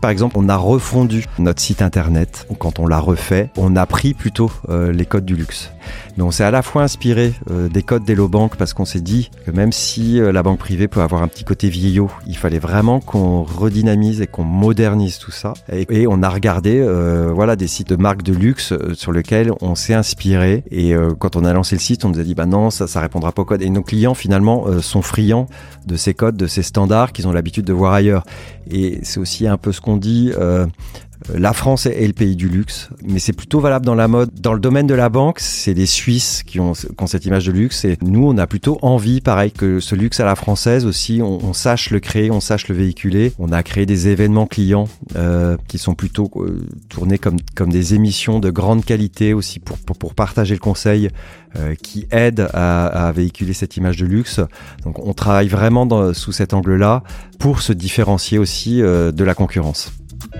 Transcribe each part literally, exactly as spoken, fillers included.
par exemple, on a refondu notre site internet. Quand on l'a refait, on a pris plutôt euh, les codes du luxe. Mais on s'est à la fois inspiré euh, des codes d'Hello Bank parce qu'on s'est dit que même si euh, la banque privée peut avoir un petit côté vieillot, il fallait vraiment qu'on redynamise et qu'on modernise tout ça. Et, et on a regardé euh, voilà, des sites de marques de luxe euh, sur lesquels on s'est inspiré. Et euh, quand on a lancé le site, on nous a dit bah non, ça ça répondra pas aux codes. Et nos clients finalement euh, sont friands de ces codes, de ces standards qu'ils ont l'habitude de voir ailleurs. Et c'est aussi un peu ce qu'on dit. Euh, La France est le pays du luxe, mais c'est plutôt valable dans la mode. Dans le domaine de la banque, c'est les Suisses qui ont, qui ont cette image de luxe. Et nous, on a plutôt envie, pareil, que ce luxe à la française aussi, on, on sache le créer, on sache le véhiculer. On a créé des événements clients euh, qui sont plutôt euh, tournés comme, comme des émissions de grande qualité aussi pour, pour, pour partager le conseil euh, qui aide à, à véhiculer cette image de luxe. Donc, on travaille vraiment dans, sous cet angle-là pour se différencier aussi euh, de la concurrence.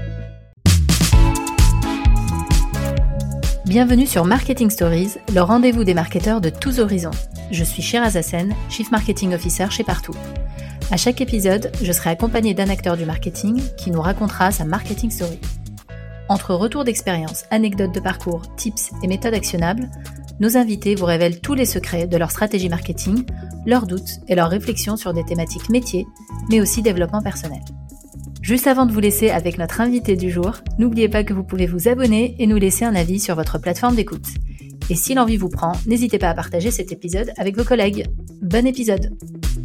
Bienvenue sur Marketing Stories, le rendez-vous des marketeurs de tous horizons. Je suis Shiraz Hassen, Chief Marketing Officer chez Partout. À chaque épisode, je serai accompagnée d'un acteur du marketing qui nous racontera sa marketing story. Entre retours d'expérience, anecdotes de parcours, tips et méthodes actionnables, nos invités vous révèlent tous les secrets de leur stratégie marketing, leurs doutes et leurs réflexions sur des thématiques métiers, mais aussi développement personnel. Juste avant de vous laisser avec notre invité du jour, n'oubliez pas que vous pouvez vous abonner et nous laisser un avis sur votre plateforme d'écoute. Et si l'envie vous prend, n'hésitez pas à partager cet épisode avec vos collègues. Bon épisode!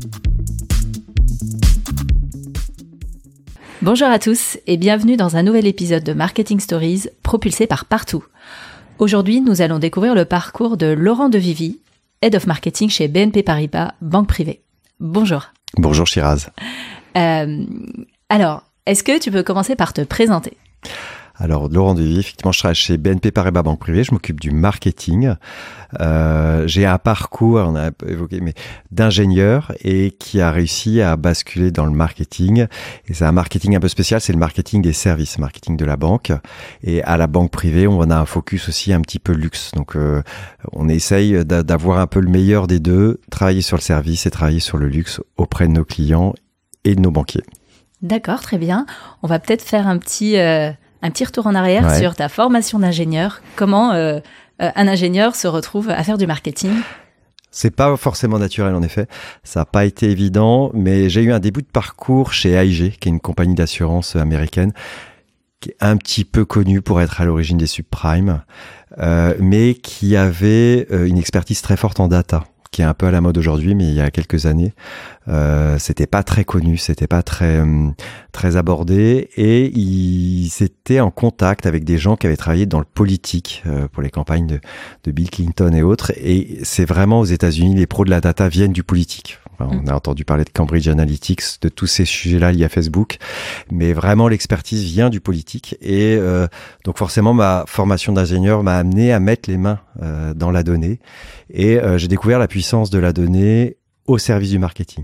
Bonjour à tous et bienvenue dans un nouvel épisode de Marketing Stories propulsé par Partout. Aujourd'hui, nous allons découvrir le parcours de Laurent Devivy, Head of Marketing chez B N P Paribas, banque privée. Bonjour. Bonjour Shiraz. Euh, alors, est-ce que tu peux commencer par te présenter ? Alors, Laurent Devivy, effectivement, je travaille chez B N P Paribas Banque Privée, je m'occupe du marketing. Euh, j'ai un parcours, on a évoqué, mais d'ingénieur et qui a réussi à basculer dans le marketing. Et c'est un marketing un peu spécial, c'est le marketing des services, marketing de la banque. Et à la banque privée, on a un focus aussi un petit peu luxe. Donc, euh, on essaye d'avoir un peu le meilleur des deux, travailler sur le service et travailler sur le luxe auprès de nos clients et de nos banquiers. D'accord, très bien. On va peut-être faire un petit, euh, un petit retour en arrière ouais. sur ta formation d'ingénieur. Comment euh, euh, un ingénieur se retrouve à faire du marketing ? C'est pas forcément naturel en effet, ça n'a pas été évident, mais j'ai eu un début de parcours chez A I G, qui est une compagnie d'assurance américaine, qui est un petit peu connue pour être à l'origine des subprimes, euh, mais qui avait euh, une expertise très forte en data, qui est un peu à la mode aujourd'hui, mais il y a quelques années, euh, c'était pas très connu, c'était pas très euh, très abordé, et ils étaient en contact avec des gens qui avaient travaillé dans le politique euh, pour les campagnes de, de Bill Clinton et autres. Et c'est vraiment aux États-Unis, les pros de la data viennent du politique. Enfin, on a entendu parler de Cambridge Analytics, de tous ces sujets-là liés à Facebook, mais vraiment l'expertise vient du politique. Et euh, donc forcément, ma formation d'ingénieur m'a amené à mettre les mains euh, dans la donnée, et euh, j'ai découvert la puissance de la donnée au service du marketing.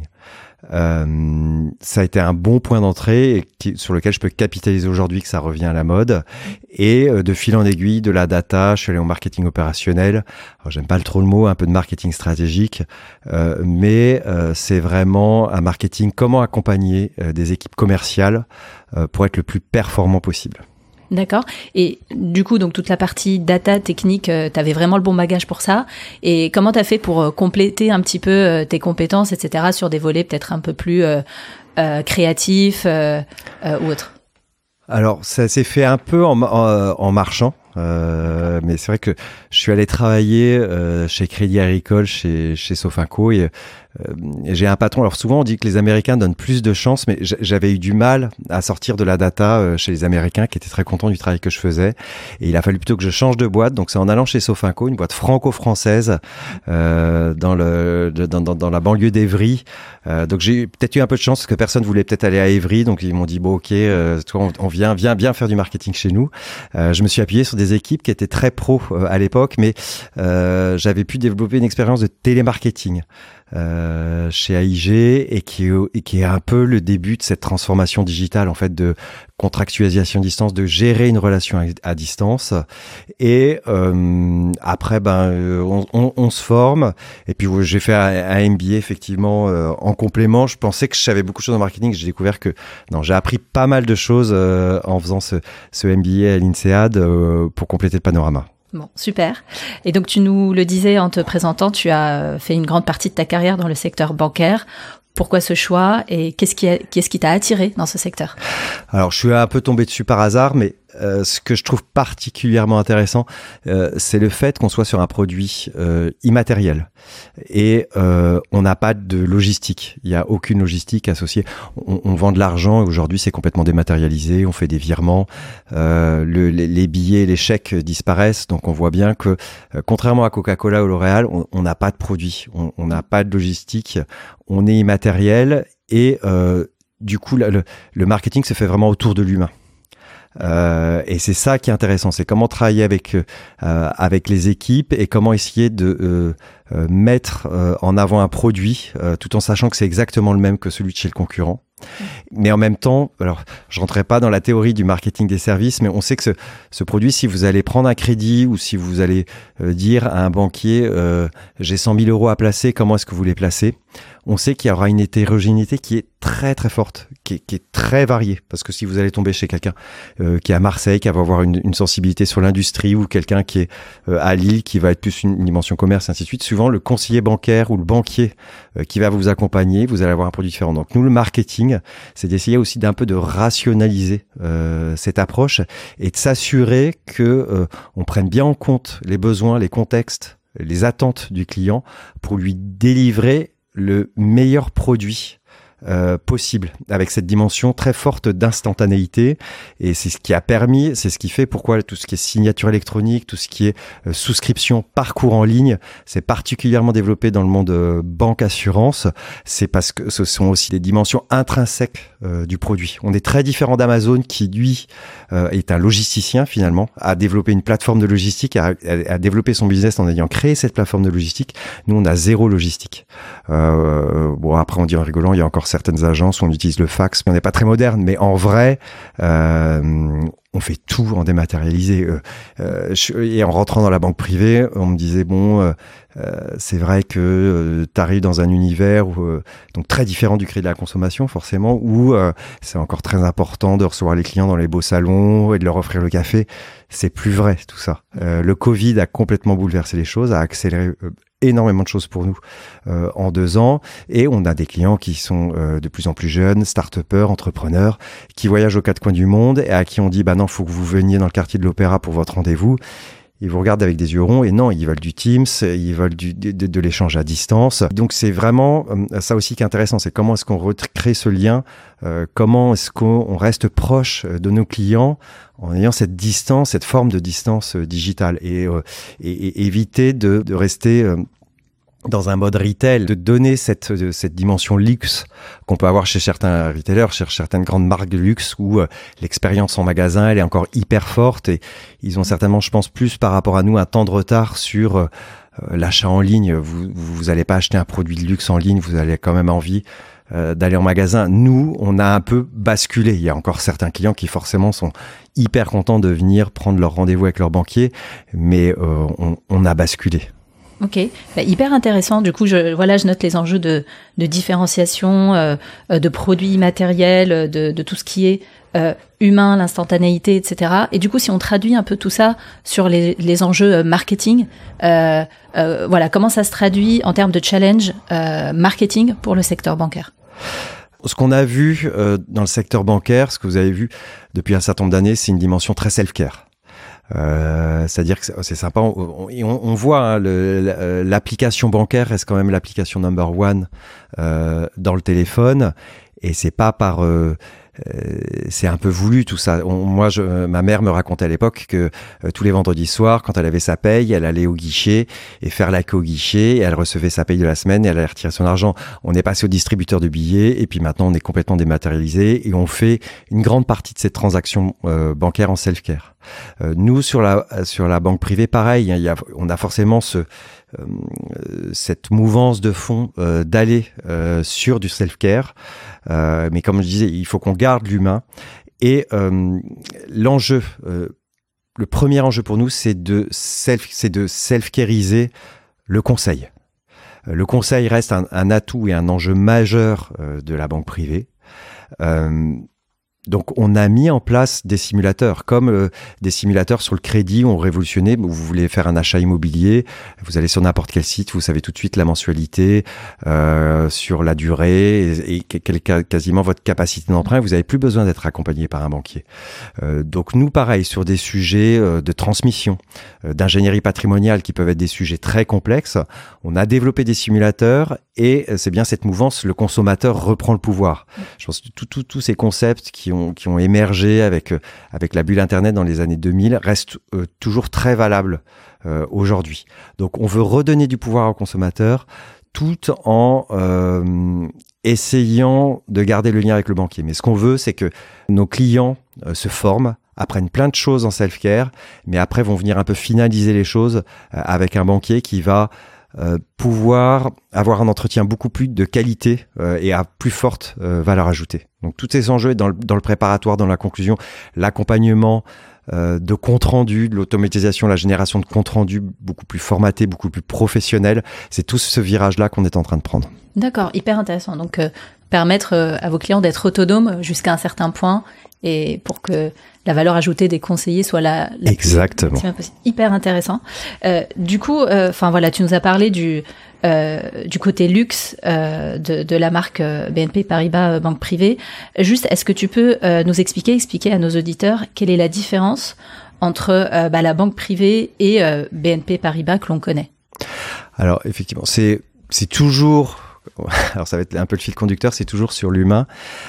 Euh, ça a été un bon point d'entrée et qui, sur lequel je peux capitaliser aujourd'hui que ça revient à la mode. Et euh, de fil en aiguille, de la data, je suis allé au marketing opérationnel. Alors, j'aime pas trop le mot, un peu de marketing stratégique, euh, mais euh, c'est vraiment un marketing, comment accompagner euh, des équipes commerciales euh, pour être le plus performant possible. D'accord. Et du coup, donc toute la partie data technique, euh, tu avais vraiment le bon bagage pour ça. Et comment tu as fait pour euh, compléter un petit peu euh, tes compétences, et cetera, sur des volets peut-être un peu plus euh, euh, créatifs euh, euh, ou autres ? Alors, ça s'est fait un peu en, en, en marchant. Euh, mais c'est vrai que je suis allé travailler euh, chez Crédit Agricole, chez, chez Sofinco, et euh, j'ai un patron. Alors souvent on dit que les Américains donnent plus de chance, mais j'avais eu du mal à sortir de la data euh, chez les Américains, qui étaient très contents du travail que je faisais, et il a fallu plutôt que je change de boîte. Donc c'est en allant chez Sofinco, une boîte franco-française euh, dans le dans, dans, dans la banlieue d'Évry. Euh, donc j'ai peut-être eu un peu de chance parce que personne voulait peut-être aller à Évry, donc ils m'ont dit bon ok, euh, toi on, on vient vient bien faire du marketing chez nous. Euh, je me suis appuyé sur des équipes qui étaient très pro euh, à l'époque, mais euh, j'avais pu développer une expérience de télémarketing. euh, chez A I G et qui, et qui est un peu le début de cette transformation digitale, en fait, de contractualisation à distance, de gérer une relation à, à distance. Et euh, après, ben, on, on, on se forme. Et puis, j'ai fait un, un M B A, effectivement, euh, en complément. Je pensais que je savais beaucoup de choses en marketing. J'ai découvert que non, j'ai appris pas mal de choses euh, en faisant ce, ce M B A à l'INSEAD euh, pour compléter le panorama. Bon, super. Et donc, tu nous le disais en te présentant, tu as fait une grande partie de ta carrière dans le secteur bancaire. Pourquoi ce choix et qu'est-ce qui, a, qu'est-ce qui t'a attiré dans ce secteur ? Alors, je suis un peu tombé dessus par hasard, mais euh, ce que je trouve particulièrement intéressant, euh, c'est le fait qu'on soit sur un produit euh, immatériel et euh, on n'a pas de logistique. Il n'y a aucune logistique associée. On, on vend de l'argent et aujourd'hui, c'est complètement dématérialisé. On fait des virements, euh, le, les, les billets, les chèques disparaissent. Donc, on voit bien que, euh, contrairement à Coca-Cola ou L'Oréal, on n'a pas de produit, on n'a pas de logistique. On est immatériel et euh, du coup, le, le marketing se fait vraiment autour de l'humain. Euh, et c'est ça qui est intéressant, c'est comment travailler avec euh, avec les équipes et comment essayer de euh, euh, mettre euh, en avant un produit euh, tout en sachant que c'est exactement le même que celui de chez le concurrent. Mais en même temps, alors je rentrerai pas dans la théorie du marketing des services, mais on sait que ce, ce produit, si vous allez prendre un crédit ou si vous allez euh, dire à un banquier euh, j'ai cent mille euros à placer, comment est-ce que vous les placez ? On sait qu'il y aura une hétérogénéité qui est très très forte, qui est, qui est très variée. Parce que si vous allez tomber chez quelqu'un euh, qui est à Marseille, qui va avoir une, une sensibilité sur l'industrie, ou quelqu'un qui est euh, à Lille, qui va être plus une, une dimension commerce, et ainsi de suite, souvent le conseiller bancaire ou le banquier euh, qui va vous accompagner, vous allez avoir un produit différent. Donc nous, le marketing, c'est d'essayer aussi d'un peu de rationaliser euh, cette approche et de s'assurer que euh, on prenne bien en compte les besoins, les contextes, les attentes du client pour lui délivrer le meilleur produit euh, possible, avec cette dimension très forte d'instantanéité. Et c'est ce qui a permis, c'est ce qui fait pourquoi tout ce qui est signature électronique, tout ce qui est euh, souscription, parcours en ligne, c'est particulièrement développé dans le monde euh, banque assurance. C'est parce que ce sont aussi des dimensions intrinsèques euh, du produit. On est très différent d'Amazon qui, lui, euh, est un logisticien finalement, a développé une plateforme de logistique, a, a, a développé son business en ayant créé cette plateforme de logistique. Nous, on a zéro logistique. Euh, bon, après, on dit en rigolant, il y a encore certaines agences où on utilise le fax, mais on n'est pas très moderne. Mais en vrai, euh, on fait tout en dématérialisé. Euh, euh, je, et en rentrant dans la banque privée, on me disait, bon, euh, euh, c'est vrai que euh, tu arrives dans un univers où, euh, donc très différent du crédit de la consommation, forcément, où euh, c'est encore très important de recevoir les clients dans les beaux salons et de leur offrir le café. C'est plus vrai, tout ça. Euh, le Covid a complètement bouleversé les choses, a accéléré euh, énormément de choses pour nous euh, en deux ans, et on a des clients qui sont euh, de plus en plus jeunes, start-upers, entrepreneurs, qui voyagent aux quatre coins du monde et à qui on dit bah non, faut que vous veniez dans le quartier de l'Opéra pour votre rendez-vous. Ils vous regardent avec des yeux ronds et non, ils veulent du Teams, ils veulent du, de, de, de l'échange à distance. Donc c'est vraiment euh, ça aussi qui est intéressant, c'est comment est-ce qu'on recrée ce lien, euh, comment est-ce qu'on reste proche de nos clients en ayant cette distance, cette forme de distance euh, digitale et, euh, et, et éviter de, de rester euh, dans un mode retail, de donner cette, cette dimension luxe qu'on peut avoir chez certains retailers, chez certaines grandes marques de luxe où euh, l'expérience en magasin, elle est encore hyper forte et ils ont certainement, je pense, plus par rapport à nous, un temps de retard sur euh, l'achat en ligne. Vous, vous allez pas acheter un produit de luxe en ligne, vous avez quand même envie euh, d'aller en magasin. Nous, on a un peu basculé. Il y a encore certains clients qui forcément sont hyper contents de venir prendre leur rendez-vous avec leur banquier, mais euh, on, on a basculé. Ok, bah, hyper intéressant. Du coup, je voilà, je note les enjeux de, de différenciation, euh, de produits immatériels, de, de tout ce qui est euh, humain, l'instantanéité, et cetera. Et du coup, si on traduit un peu tout ça sur les, les enjeux marketing, euh, euh, voilà, comment ça se traduit en termes de challenge euh, marketing pour le secteur bancaire ? Ce qu'on a vu euh, dans le secteur bancaire, ce que vous avez vu depuis un certain nombre d'années, c'est une dimension très self-care. Euh, c'est-à-dire que c'est, c'est sympa, on, on, on voit hein, le, l'application bancaire reste quand même l'application number one euh, dans le téléphone, et c'est pas par euh, euh, c'est un peu voulu tout ça. On, moi, je, ma mère me racontait à l'époque que euh, tous les vendredis soirs, quand elle avait sa paye, elle allait au guichet et faire la queue au guichet, et elle recevait sa paye de la semaine et elle allait retirer son argent. On est passé au distributeur de billets et puis maintenant on est complètement dématérialisé et on fait une grande partie de cette transaction euh, bancaire en self-care. Euh, nous, sur la sur la banque privée, pareil, hein, y a, on a forcément ce euh, cette mouvance de fond euh, d'aller euh, sur du self-care. Euh, mais comme je disais, il faut qu'on garde l'humain. Et euh, l'enjeu, euh, le premier enjeu pour nous, c'est de self, c'est de self-careiser le conseil. Euh, le conseil reste un, un atout et un enjeu majeur euh, de la banque privée. Euh, Donc, on a mis en place des simulateurs, comme euh, des simulateurs sur le crédit ont révolutionné. Vous voulez faire un achat immobilier, vous allez sur n'importe quel site, vous savez tout de suite la mensualité, euh, sur la durée et, et quel, quasiment votre capacité d'emprunt. Vous n'avez plus besoin d'être accompagné par un banquier. Euh, donc, nous, pareil, sur des sujets euh, de transmission, euh, d'ingénierie patrimoniale qui peuvent être des sujets très complexes, on a développé des simulateurs et c'est bien cette mouvance, le consommateur reprend le pouvoir. Je pense que tous ces concepts qui ont, qui ont émergé avec, avec la bulle Internet dans les années deux mille restent euh, toujours très valables euh, aujourd'hui. Donc, on veut redonner du pouvoir au consommateur tout en euh, essayant de garder le lien avec le banquier. Mais ce qu'on veut, c'est que nos clients euh, se forment, apprennent plein de choses en self-care, mais après vont venir un peu finaliser les choses euh, avec un banquier qui va Euh, pouvoir avoir un entretien beaucoup plus de qualité euh, et à plus forte euh, valeur ajoutée. Donc, tous ces enjeux dans le, dans le préparatoire, dans la conclusion, l'accompagnement euh, de compte rendu, de l'automatisation, la génération de compte rendu beaucoup plus formaté, beaucoup plus professionnel. C'est tout ce virage-là qu'on est en train de prendre. D'accord, hyper intéressant. Donc, euh, permettre euh, à vos clients d'être autonomes jusqu'à un certain point et pour que la valeur ajoutée des conseillers soit la, la Exactement. plus possible. Hyper intéressant. Euh, du coup, enfin euh, voilà, tu nous as parlé du euh, du côté luxe euh, de, de la marque euh, B N P Paribas euh, Banque Privée. Juste, est-ce que tu peux euh, nous expliquer, expliquer à nos auditeurs quelle est la différence entre euh, bah, la banque privée et euh, B N P Paribas que l'on connaît? Alors effectivement, c'est c'est toujours alors ça va être un peu le fil conducteur, c'est toujours sur l'humain.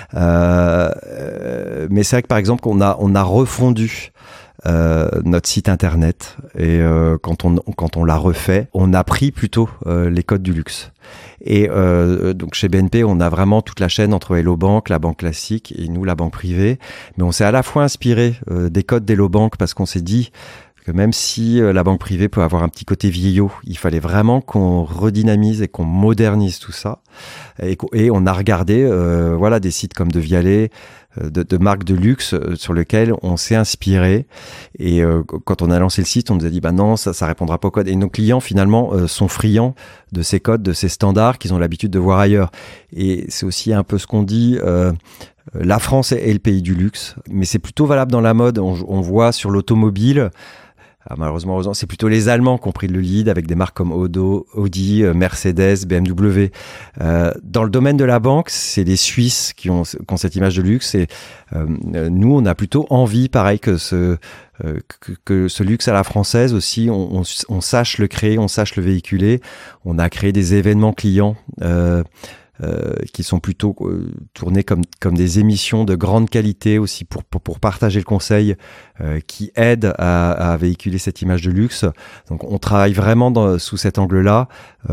Euh, euh, mais c'est vrai que par exemple, on a, on a refondu euh, notre site internet et euh, quand on, quand on l'a refait, on a pris plutôt euh, les codes du luxe. Et euh, donc chez B N P, on a vraiment toute la chaîne entre Hello Bank, la banque classique et nous, la banque privée. Mais on s'est à la fois inspiré euh, des codes d'Hello Bank parce qu'on s'est dit que même si euh, la banque privée peut avoir un petit côté vieillot, il fallait vraiment qu'on redynamise et qu'on modernise tout ça. Et, et on a regardé euh, voilà, des sites comme De Vialet, euh, de, de marques de luxe euh, sur lesquels on s'est inspiré. Et euh, quand on a lancé le site, on nous a dit bah non, ça ça répondra pas aux codes. Et nos clients finalement euh, sont friands de ces codes, de ces standards qu'ils ont l'habitude de voir ailleurs. Et c'est aussi un peu ce qu'on dit. Euh, la France est le pays du luxe, mais c'est plutôt valable dans la mode. On, on voit sur l'automobile. Ah, malheureusement, c'est plutôt les Allemands qui ont pris le lead avec des marques comme Odo, Audi, Mercedes, B M W. Euh, dans le domaine de la banque, c'est les Suisses qui ont, qui ont cette image de luxe. Et euh, nous, on a plutôt envie, pareil, que ce, euh, que, que ce luxe à la française aussi, on, on, on sache le créer, on sache le véhiculer. On a créé des événements clients euh, Euh, qui sont plutôt euh, tournés comme comme des émissions de grande qualité aussi pour pour, pour partager le conseil euh, qui aide à, à véhiculer cette image de luxe. Donc on travaille vraiment dans, sous cet angle-là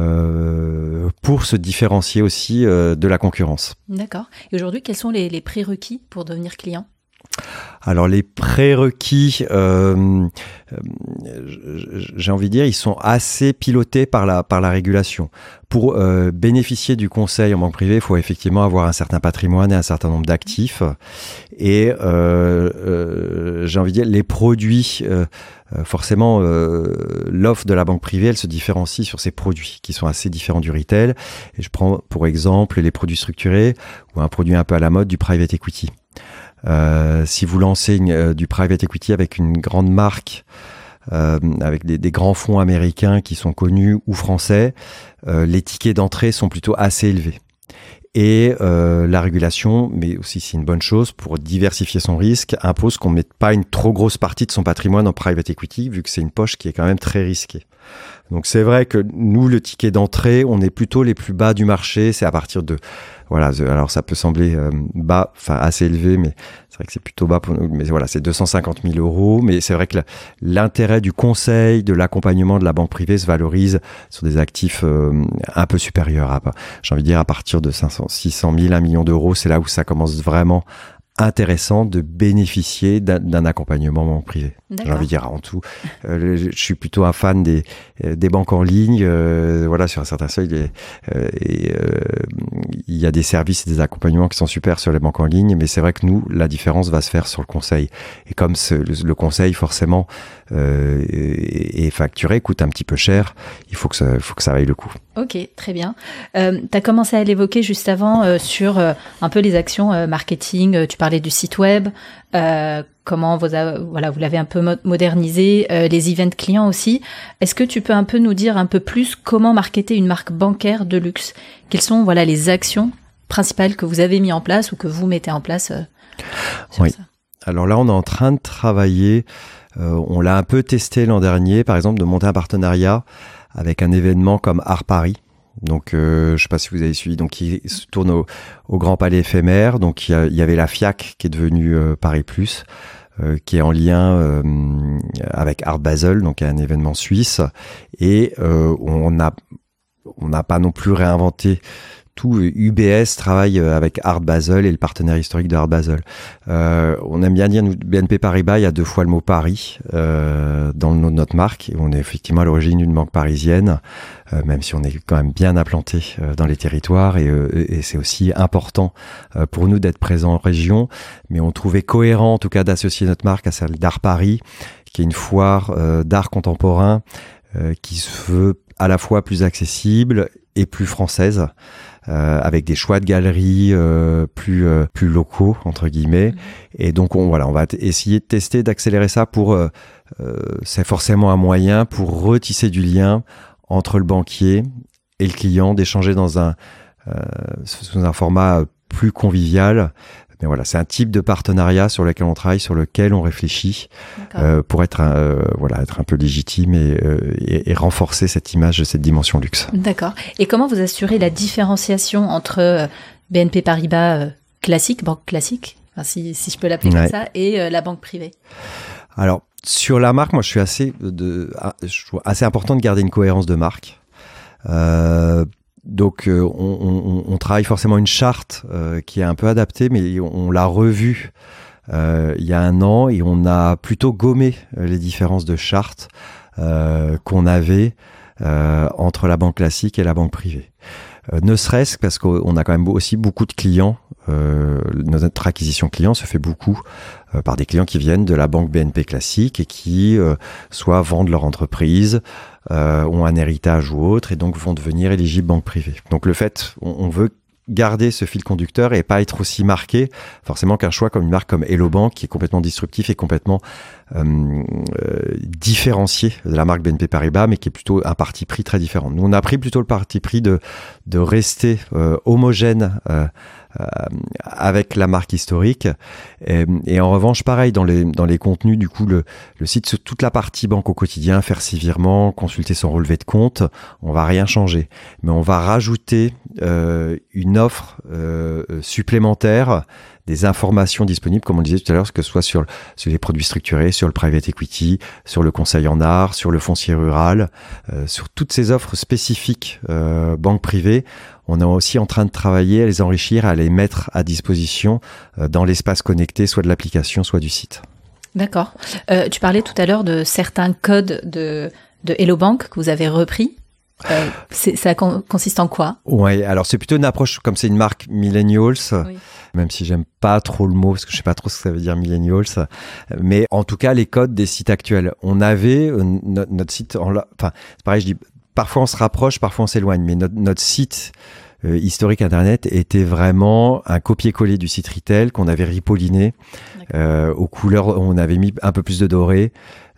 euh, pour se différencier aussi euh, de la concurrence. D'accord. Et aujourd'hui, quels sont les, les prérequis pour devenir client ? Alors les prérequis, euh, j'ai envie de dire, ils sont assez pilotés par la par la régulation. Pour euh, bénéficier du conseil en banque privée, il faut effectivement avoir un certain patrimoine et un certain nombre d'actifs. Et euh, euh, j'ai envie de dire, les produits, euh, forcément, euh, l'offre de la banque privée, elle se différencie sur ces produits qui sont assez différents du retail. Et je prends pour exemple les produits structurés ou un produit un peu à la mode du private equity. Euh, si vous lancez une, euh, du private equity avec une grande marque, euh, avec des, des grands fonds américains qui sont connus ou français, euh, les tickets d'entrée sont plutôt assez élevés. Et euh, la régulation, mais aussi c'est une bonne chose pour diversifier son risque, impose qu'on ne mette pas une trop grosse partie de son patrimoine en private equity, vu que c'est une poche qui est quand même très risquée. Donc c'est vrai que nous, le ticket d'entrée, on est plutôt les plus bas du marché. C'est à partir de, voilà, alors ça peut sembler euh, bas, enfin assez élevé, mais c'est vrai que c'est plutôt bas pour nous. Mais voilà, c'est deux cent cinquante mille euros. Mais c'est vrai que l'intérêt du conseil, de l'accompagnement de la banque privée se valorise sur des actifs euh, un peu supérieurs. À, j'ai envie de dire à partir de cinq cents, six cent mille, un million d'euros, c'est là où ça commence vraiment intéressant de bénéficier d'un, d'un accompagnement banque privée. D'accord. J'ai envie de dire en tout. Euh, je suis plutôt un fan des, des banques en ligne. Euh, voilà, sur un certain seuil, les, euh, et, euh, il y a des services et des accompagnements qui sont super sur les banques en ligne, mais c'est vrai que nous, la différence va se faire sur le conseil. Et comme ce, le, le conseil, forcément, euh, est, est facturé, coûte un petit peu cher, il faut que ça, faut que ça vaille le coup. Ok, très bien. Euh, tu as commencé à l'évoquer juste avant euh, sur euh, un peu les actions euh, marketing. Euh, tu parlais du site web, euh, comment vous, a, voilà, vous l'avez un peu mo- modernisé, euh, les events clients aussi. Est-ce que tu peux un peu nous dire un peu plus comment marketer une marque bancaire de luxe ? Quelles sont voilà, les actions principales que vous avez mis en place ou que vous mettez en place euh, sur oui. ça ? Alors là, on est en train de travailler. Euh, on l'a un peu testé l'an dernier, par exemple, de monter un partenariat avec un événement comme Art Paris. Donc, euh, je ne sais pas si vous avez suivi, donc qui se tourne au, au Grand Palais éphémère. Donc, il y, a, il y avait la FIAC qui est devenue euh, Paris Plus, euh, qui est en lien euh, avec Art Basel, donc un événement suisse. Et euh, on a, on n'a pas non plus réinventé tout. U B S travaille avec Art Basel et le partenaire historique de Art Basel. Euh, on aime bien dire, nous, B N P Paribas, il y a deux fois le mot Paris euh, dans le nom de notre marque. Et on est effectivement à l'origine d'une banque parisienne, euh, même si on est quand même bien implanté euh, dans les territoires. Et, euh, et c'est aussi important euh, pour nous d'être présents en région. Mais on trouvait cohérent, en tout cas, d'associer notre marque à celle d'Art Paris, qui est une foire euh, d'art contemporain euh, qui se veut à la fois plus accessible et plus française. Euh, avec des choix de galeries euh, plus euh, plus locaux entre guillemets, et donc on voilà on va t- essayer de tester d'accélérer ça pour euh, euh, c'est forcément un moyen pour retisser du lien entre le banquier et le client, d'échanger dans un euh, sous un format plus convivial. Mais voilà, c'est un type de partenariat sur lequel on travaille, sur lequel on réfléchit euh, pour être un, euh, voilà, être un peu légitime et, euh, et, et renforcer cette image de cette dimension luxe. D'accord. Et comment vous assurez la différenciation entre euh, B N P Paribas euh, classique, banque classique, enfin, si, si je peux l'appeler ouais. comme ça, et euh, la banque privée ? Alors, sur la marque, moi, je suis assez, de, je trouve assez important de garder une cohérence de marque. Euh, Donc, euh, on, on, on travaille forcément une charte euh, qui est un peu adaptée, mais on, on l'a revue euh, il y a un an et on a plutôt gommé les différences de charte euh, qu'on avait euh, entre la banque classique et la banque privée. Euh, ne serait-ce parce qu'on a quand même aussi beaucoup de clients. Euh, notre acquisition client se fait beaucoup euh, par des clients qui viennent de la banque B N P classique et qui euh, soit vendent leur entreprise, euh, ont un héritage ou autre, et donc vont devenir éligibles banque privée. Donc le fait, on, on veut garder ce fil conducteur et pas être aussi marqué forcément qu'un choix comme une marque comme Hello Bank, qui est complètement disruptif et complètement euh, euh, différencié de la marque B N P Paribas, mais qui est plutôt un parti pris très différent. Nous, on a pris plutôt le parti pris de, de rester euh, homogène euh, euh, avec la marque historique. Et, et en revanche, pareil, dans les, dans les contenus, du coup, le, le site, toute la partie banque au quotidien, faire ses virements, consulter son relevé de compte, on va rien changer. Mais on va rajouter euh, une offre euh, supplémentaire, des informations disponibles, comme on le disait tout à l'heure, que ce soit sur, sur les produits structurés, sur le private equity, sur le conseil en art, sur le foncier rural, euh, sur toutes ces offres spécifiques euh, banque privée. On est aussi en train de travailler à les enrichir, à les mettre à disposition euh, dans l'espace connecté, soit de l'application, soit du site. D'accord. Euh, tu parlais tout à l'heure de certains codes de, de Hello Bank que vous avez repris. Euh, c'est, ça con, consiste en quoi ? Ouais, alors c'est plutôt une approche, comme c'est une marque millennials, oui. Même si j'aime pas trop le mot, parce que je sais pas trop ce que ça veut dire millennials, mais en tout cas les codes des sites actuels. On avait euh, no- notre site, en la... enfin c'est pareil, je dis parfois on se rapproche, parfois on s'éloigne, mais notre, notre site euh, historique internet était vraiment un copier-coller du site retail qu'on avait ripolliné euh, aux couleurs, on avait mis un peu plus de doré.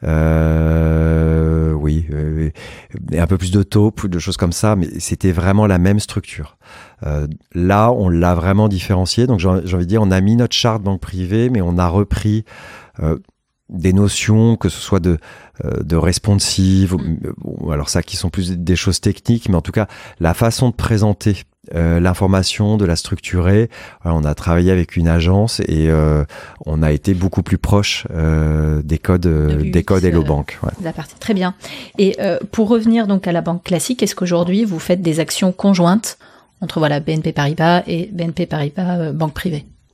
Euh, oui, euh, et un peu plus de taupe, de choses comme ça, mais c'était vraiment la même structure. Euh, là, on l'a vraiment différencié. Donc, j'ai, j'ai envie de dire, on a mis notre charte banque privée, mais on a repris euh, des notions, que ce soit de, euh, de responsive, ou, alors ça, qui sont plus des choses techniques, mais en tout cas, la façon de présenter Euh, l'information, de la structurer. Alors, on a travaillé avec une agence et euh, on a été beaucoup plus proche euh, des codes, euh, des codes Hello Bank. Ouais. La partie très bien. Et euh, pour revenir donc à la banque classique, est-ce qu'aujourd'hui vous faites des actions conjointes entre voilà B N P Paribas et B N P Paribas euh, banque privée ?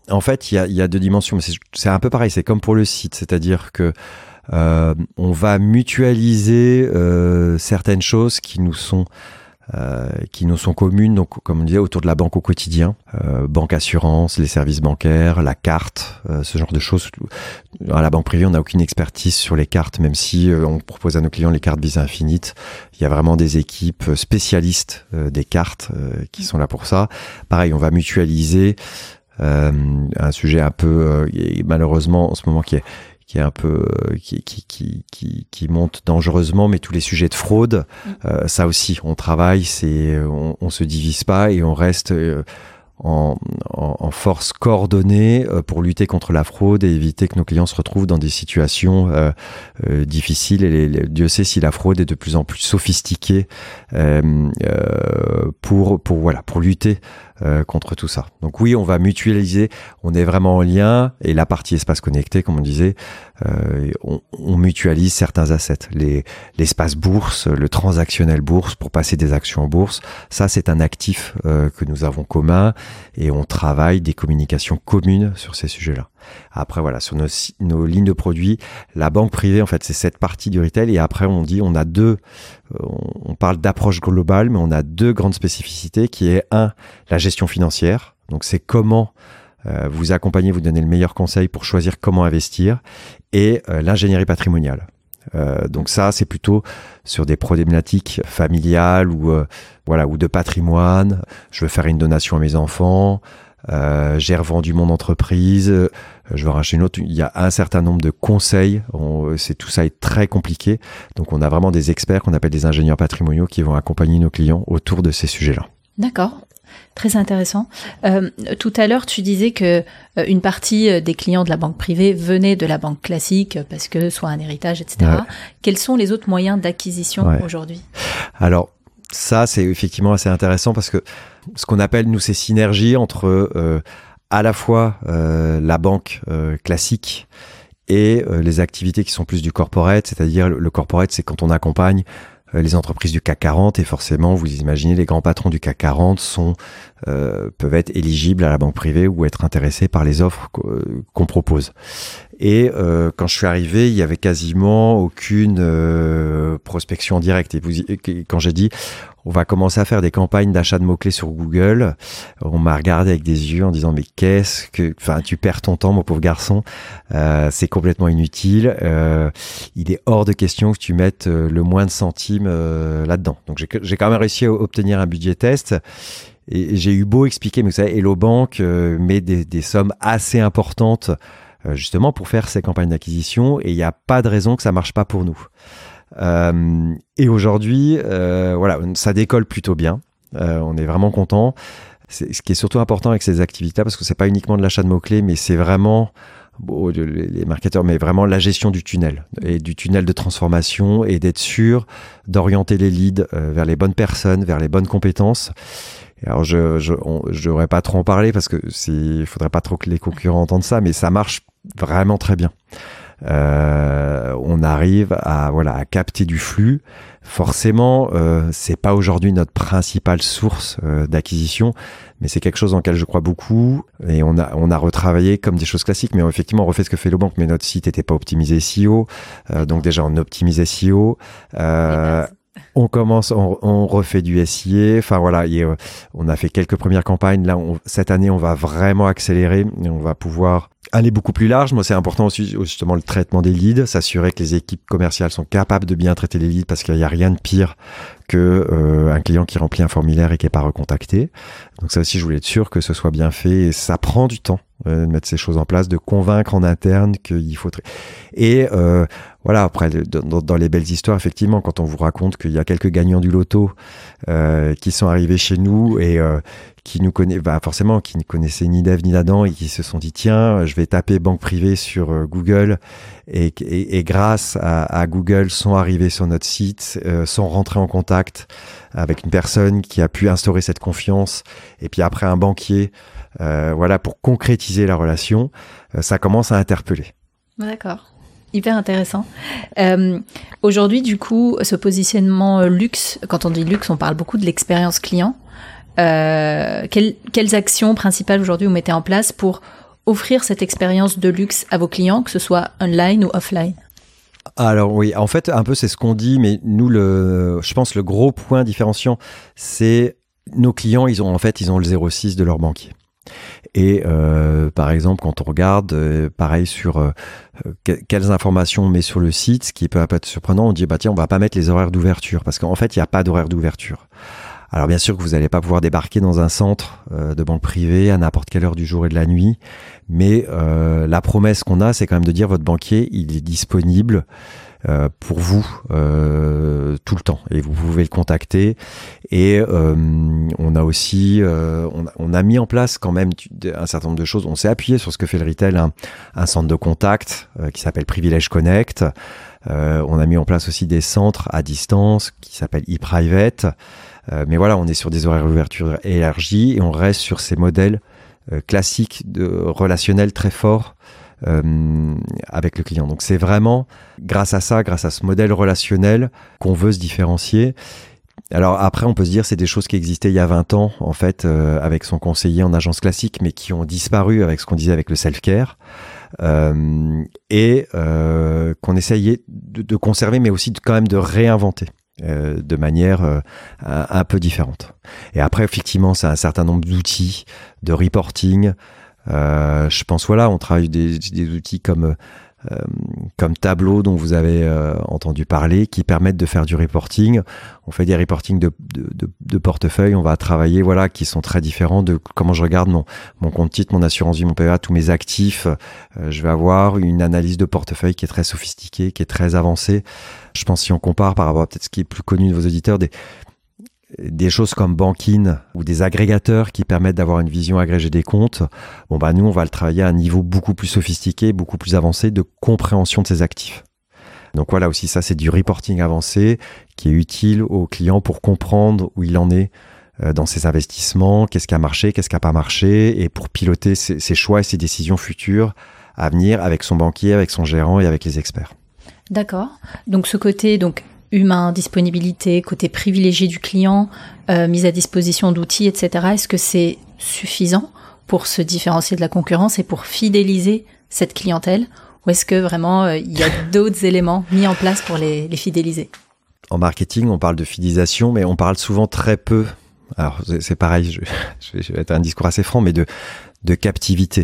en fait, il y a, y a deux dimensions. Mais c'est, c'est un peu pareil, c'est comme pour le site. C'est-à-dire que euh, on va mutualiser euh, certaines choses qui nous sont Euh, qui nous sont communes, donc comme on disait, autour de la banque au quotidien, euh, banque assurance, les services bancaires, la carte, euh, ce genre de choses. À la banque privée, on n'a aucune expertise sur les cartes, même si euh, on propose à nos clients les cartes Visa Infinite. Il y a vraiment des équipes spécialistes euh, des cartes euh, qui sont là pour ça. Pareil, on va mutualiser euh, un sujet un peu, euh, et malheureusement en ce moment qui est qui est un peu qui qui qui qui qui monte dangereusement, mais tous les sujets de fraude, mmh. euh, ça aussi on travaille, c'est on, on se divise pas et on reste euh, en, en en force coordonnée euh, pour lutter contre la fraude et éviter que nos clients se retrouvent dans des situations euh, euh, difficiles. Et les, les, Dieu sait si la fraude est de plus en plus sophistiquée euh, euh, pour pour voilà pour lutter Euh, contre tout ça. Donc oui, on va mutualiser, on est vraiment en lien, et la partie espace connecté, comme on disait, euh, on, on mutualise certains assets, les, l'espace bourse, le transactionnel bourse pour passer des actions en bourse. Ça, c'est un actif euh, que nous avons commun, et on travaille des communications communes sur ces sujets-là. Après, voilà, sur nos, nos lignes de produits, la banque privée, en fait, c'est cette partie du retail, et après, on dit, on a deux, on parle d'approche globale, mais on a deux grandes spécificités qui est, un, la gestion financière. Donc, c'est comment euh, vous accompagner, vous donner le meilleur conseil pour choisir comment investir, et euh, l'ingénierie patrimoniale. Euh, donc ça, c'est plutôt sur des problématiques familiales ou euh, voilà ou de patrimoine. Je veux faire une donation à mes enfants. Euh, j'ai revendu mon entreprise, euh, je veux racheter une autre. Il y a un certain nombre de conseils. On, c'est tout ça est très compliqué. Donc, on a vraiment des experts qu'on appelle des ingénieurs patrimoniaux qui vont accompagner nos clients autour de ces sujets-là. D'accord. Très intéressant. Euh, tout à l'heure, tu disais que euh, une partie des clients de la banque privée venaient de la banque classique parce que soit un héritage, et cetera. Ouais. Quels sont les autres moyens d'acquisition ouais. aujourd'hui ? Alors, ça, c'est effectivement assez intéressant parce que ce qu'on appelle, nous, ces synergies entre euh, à la fois euh, la banque euh, classique et euh, les activités qui sont plus du corporate, c'est-à-dire le, le corporate, c'est quand on accompagne euh, les entreprises du C A C quarante, et forcément, vous imaginez, les grands patrons du C A C quarante sont, euh, peuvent être éligibles à la banque privée ou être intéressés par les offres qu'on propose. Et euh, quand je suis arrivé, il y avait quasiment aucune euh, prospection en direct. Et vous, quand j'ai dit, on va commencer à faire des campagnes d'achat de mots-clés sur Google, on m'a regardé avec des yeux en disant, mais qu'est-ce que... Enfin, tu perds ton temps, mon pauvre garçon. Euh, c'est complètement inutile. Euh, il est hors de question que tu mettes le moins de centimes euh, là-dedans. Donc, j'ai, j'ai quand même réussi à obtenir un budget test. Et j'ai eu beau expliquer, mais vous savez, Hello Bank euh, met des, des sommes assez importantes justement pour faire ces campagnes d'acquisition, et il n'y a pas de raison que ça marche pas pour nous. Euh, et aujourd'hui, euh, voilà, ça décolle plutôt bien. Euh, on est vraiment content. C'est, ce qui est surtout important avec ces activités, parce que c'est pas uniquement de l'achat de mots-clés, mais c'est vraiment bon, les marketeurs, mais vraiment la gestion du tunnel et du tunnel de transformation, et d'être sûr d'orienter les leads euh, vers les bonnes personnes, vers les bonnes compétences. Alors je je on, je devrais pas trop en parler parce que c'est il faudrait pas trop que les concurrents entendent ça, mais ça marche vraiment très bien. Euh, on arrive à voilà à capter du flux. Forcément, euh, c'est pas aujourd'hui notre principale source euh, d'acquisition, mais c'est quelque chose dans lequel je crois beaucoup, et on a on a retravaillé comme des choses classiques, mais effectivement on refait ce que fait Hello Bank, mais notre site était pas optimisé S E O, euh, donc déjà on optimise S E O. Euh, On commence, on, on refait du S I A. Enfin voilà, y a, on a fait quelques premières campagnes. Là, on, cette année, on va vraiment accélérer et on va pouvoir aller beaucoup plus large. Moi, c'est important aussi, justement, le traitement des leads, s'assurer que les équipes commerciales sont capables de bien traiter les leads, parce qu'il n'y a rien de pire que euh, un client qui remplit un formulaire et qui n'est pas recontacté. Donc ça aussi, je voulais être sûr que ce soit bien fait, et ça prend du temps euh, de mettre ces choses en place, de convaincre en interne qu'il faut... Tra- et euh, voilà, après, dans, dans les belles histoires, effectivement, quand on vous raconte qu'il y a quelques gagnants du loto euh, qui sont arrivés chez nous et euh, qui nous connaissent, bah forcément, qui ne connaissaient ni d'Ève ni d'Adam, et qui se sont dit, tiens, je vais taper banque privée sur euh, Google, et, et, et grâce à, à Google, sont arrivés sur notre site, euh, sont rentrés en contact avec une personne qui a pu instaurer cette confiance, et puis après un banquier, euh, voilà, pour concrétiser la relation, euh, ça commence à interpeller. D'accord. Hyper intéressant. Euh, aujourd'hui, du coup, ce positionnement luxe, quand on dit luxe, on parle beaucoup de l'expérience client. Euh, quelles, quelles actions principales aujourd'hui vous mettez en place pour offrir cette expérience de luxe à vos clients, que ce soit online ou offline? Alors oui, en fait, un peu c'est ce qu'on dit, mais nous, le, je pense le gros point différenciant, c'est nos clients, ils ont en fait, ils ont le zéro six de leur banquier. Et euh, par exemple, quand on regarde, euh, pareil sur euh, que, quelles informations on met sur le site, ce qui peut être surprenant, on dit bah tiens, on va pas mettre les horaires d'ouverture parce qu'en fait, il n'y a pas d'horaire d'ouverture. Alors bien sûr que vous n'allez pas pouvoir débarquer dans un centre euh, de banque privée à n'importe quelle heure du jour et de la nuit, mais euh, la promesse qu'on a, c'est quand même de dire votre banquier, il est disponible euh, pour vous euh, tout le temps et vous pouvez le contacter. Et euh, on a aussi, euh, on, a, on a mis en place quand même un certain nombre de choses. On s'est appuyé sur ce que fait le retail, un, un centre de contact euh, qui s'appelle Privilège Connect. Euh, on a mis en place aussi des centres à distance qui s'appellent e-private. Euh, mais voilà, on est sur des horaires d'ouverture élargis et on reste sur ces modèles euh, classiques de relationnels très forts euh, avec le client. Donc c'est vraiment grâce à ça, grâce à ce modèle relationnel qu'on veut se différencier. Alors après, on peut se dire c'est des choses qui existaient il y a vingt ans en fait euh, avec son conseiller en agence classique, mais qui ont disparu avec ce qu'on disait avec le self-care euh, et euh, qu'on essayait de, de conserver, mais aussi de, quand même de réinventer. Euh, de manière euh, un, un peu différente. Et après, effectivement, c'est un certain nombre d'outils de reporting. Euh, je pense, voilà, on travaille des, des outils comme, euh, comme Tableau, dont vous avez euh, entendu parler, qui permettent de faire du reporting. On fait des reportings de, de, de, de portefeuille. On va travailler, voilà, qui sont très différents de comment je regarde mon, mon compte titre, mon assurance vie, mon P E A, tous mes actifs. Euh, je vais avoir une analyse de portefeuille qui est très sophistiquée, qui est très avancée. Je pense si on compare par rapport à peut-être ce qui est plus connu de vos auditeurs, des, des choses comme Bankin ou des agrégateurs qui permettent d'avoir une vision agrégée des comptes, bon bah nous on va le travailler à un niveau beaucoup plus sophistiqué, beaucoup plus avancé de compréhension de ces actifs. Donc voilà aussi ça c'est du reporting avancé qui est utile aux clients pour comprendre où il en est dans ses investissements, qu'est-ce qui a marché, qu'est-ce qui n'a pas marché et pour piloter ses, ses choix et ses décisions futures à venir avec son banquier, avec son gérant et avec les experts. D'accord. Donc ce côté donc humain, disponibilité, côté privilégié du client, euh, mise à disposition d'outils, et cetera. Est-ce que c'est suffisant pour se différencier de la concurrence et pour fidéliser cette clientèle, ou est-ce que vraiment euh, il y a d'autres éléments mis en place pour les, les fidéliser? En marketing, on parle de fidélisation, mais on parle souvent très peu. Alors c'est, c'est pareil, je, je, vais, je vais être un discours assez franc, mais de de captivité.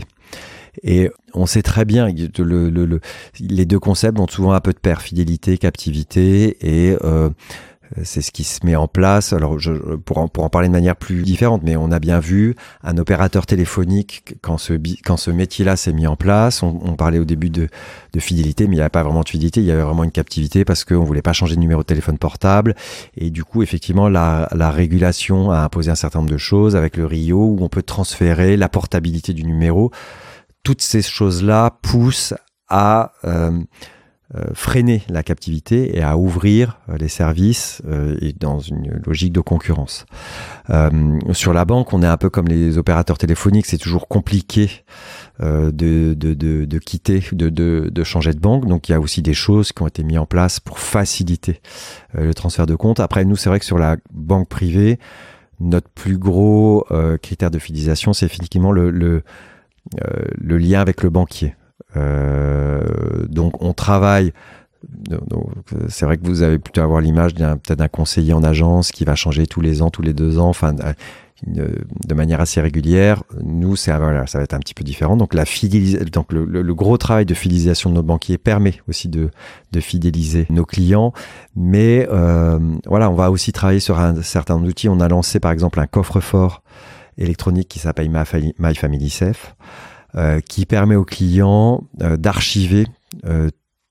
Et on sait très bien que le, le, le, les deux concepts ont souvent un peu de pair, fidélité, captivité, et euh, c'est ce qui se met en place. Alors, je, pour, en, pour en parler de manière plus différente, mais on a bien vu un opérateur téléphonique, quand ce, quand ce métier-là s'est mis en place, on, on parlait au début de, de fidélité, mais il n'y avait pas vraiment de fidélité, il y avait vraiment une captivité parce qu'on ne voulait pas changer de numéro de téléphone portable. Et du coup, effectivement, la, la régulation a imposé un certain nombre de choses avec le R I O, où on peut transférer la portabilité du numéro. Toutes ces choses-là poussent à euh, euh, freiner la captivité et à ouvrir euh, les services euh, et dans une logique de concurrence. Euh, sur la banque, on est un peu comme les opérateurs téléphoniques, c'est toujours compliqué euh, de, de, de, de quitter, de, de, de changer de banque. Donc il y a aussi des choses qui ont été mises en place pour faciliter euh, le transfert de compte. Après, nous, c'est vrai que sur la banque privée, notre plus gros euh, critère de fidélisation, c'est effectivement le, le Euh, le lien avec le banquier. Euh, donc on travaille, donc, c'est vrai que vous avez plutôt avoir l'image d'un, peut-être d'un conseiller en agence qui va changer tous les ans, tous les deux ans, enfin de, de manière assez régulière. Nous, c'est, voilà, ça va être un petit peu différent. Donc, la fidélis- donc le, le, le gros travail de fidélisation de nos banquiers permet aussi de, de fidéliser nos clients. Mais euh, voilà, on va aussi travailler sur un certain nombre d'outils. On a lancé par exemple un coffre-fort électronique qui s'appelle My Family Safe, euh, qui permet aux clients euh, d'archiver euh,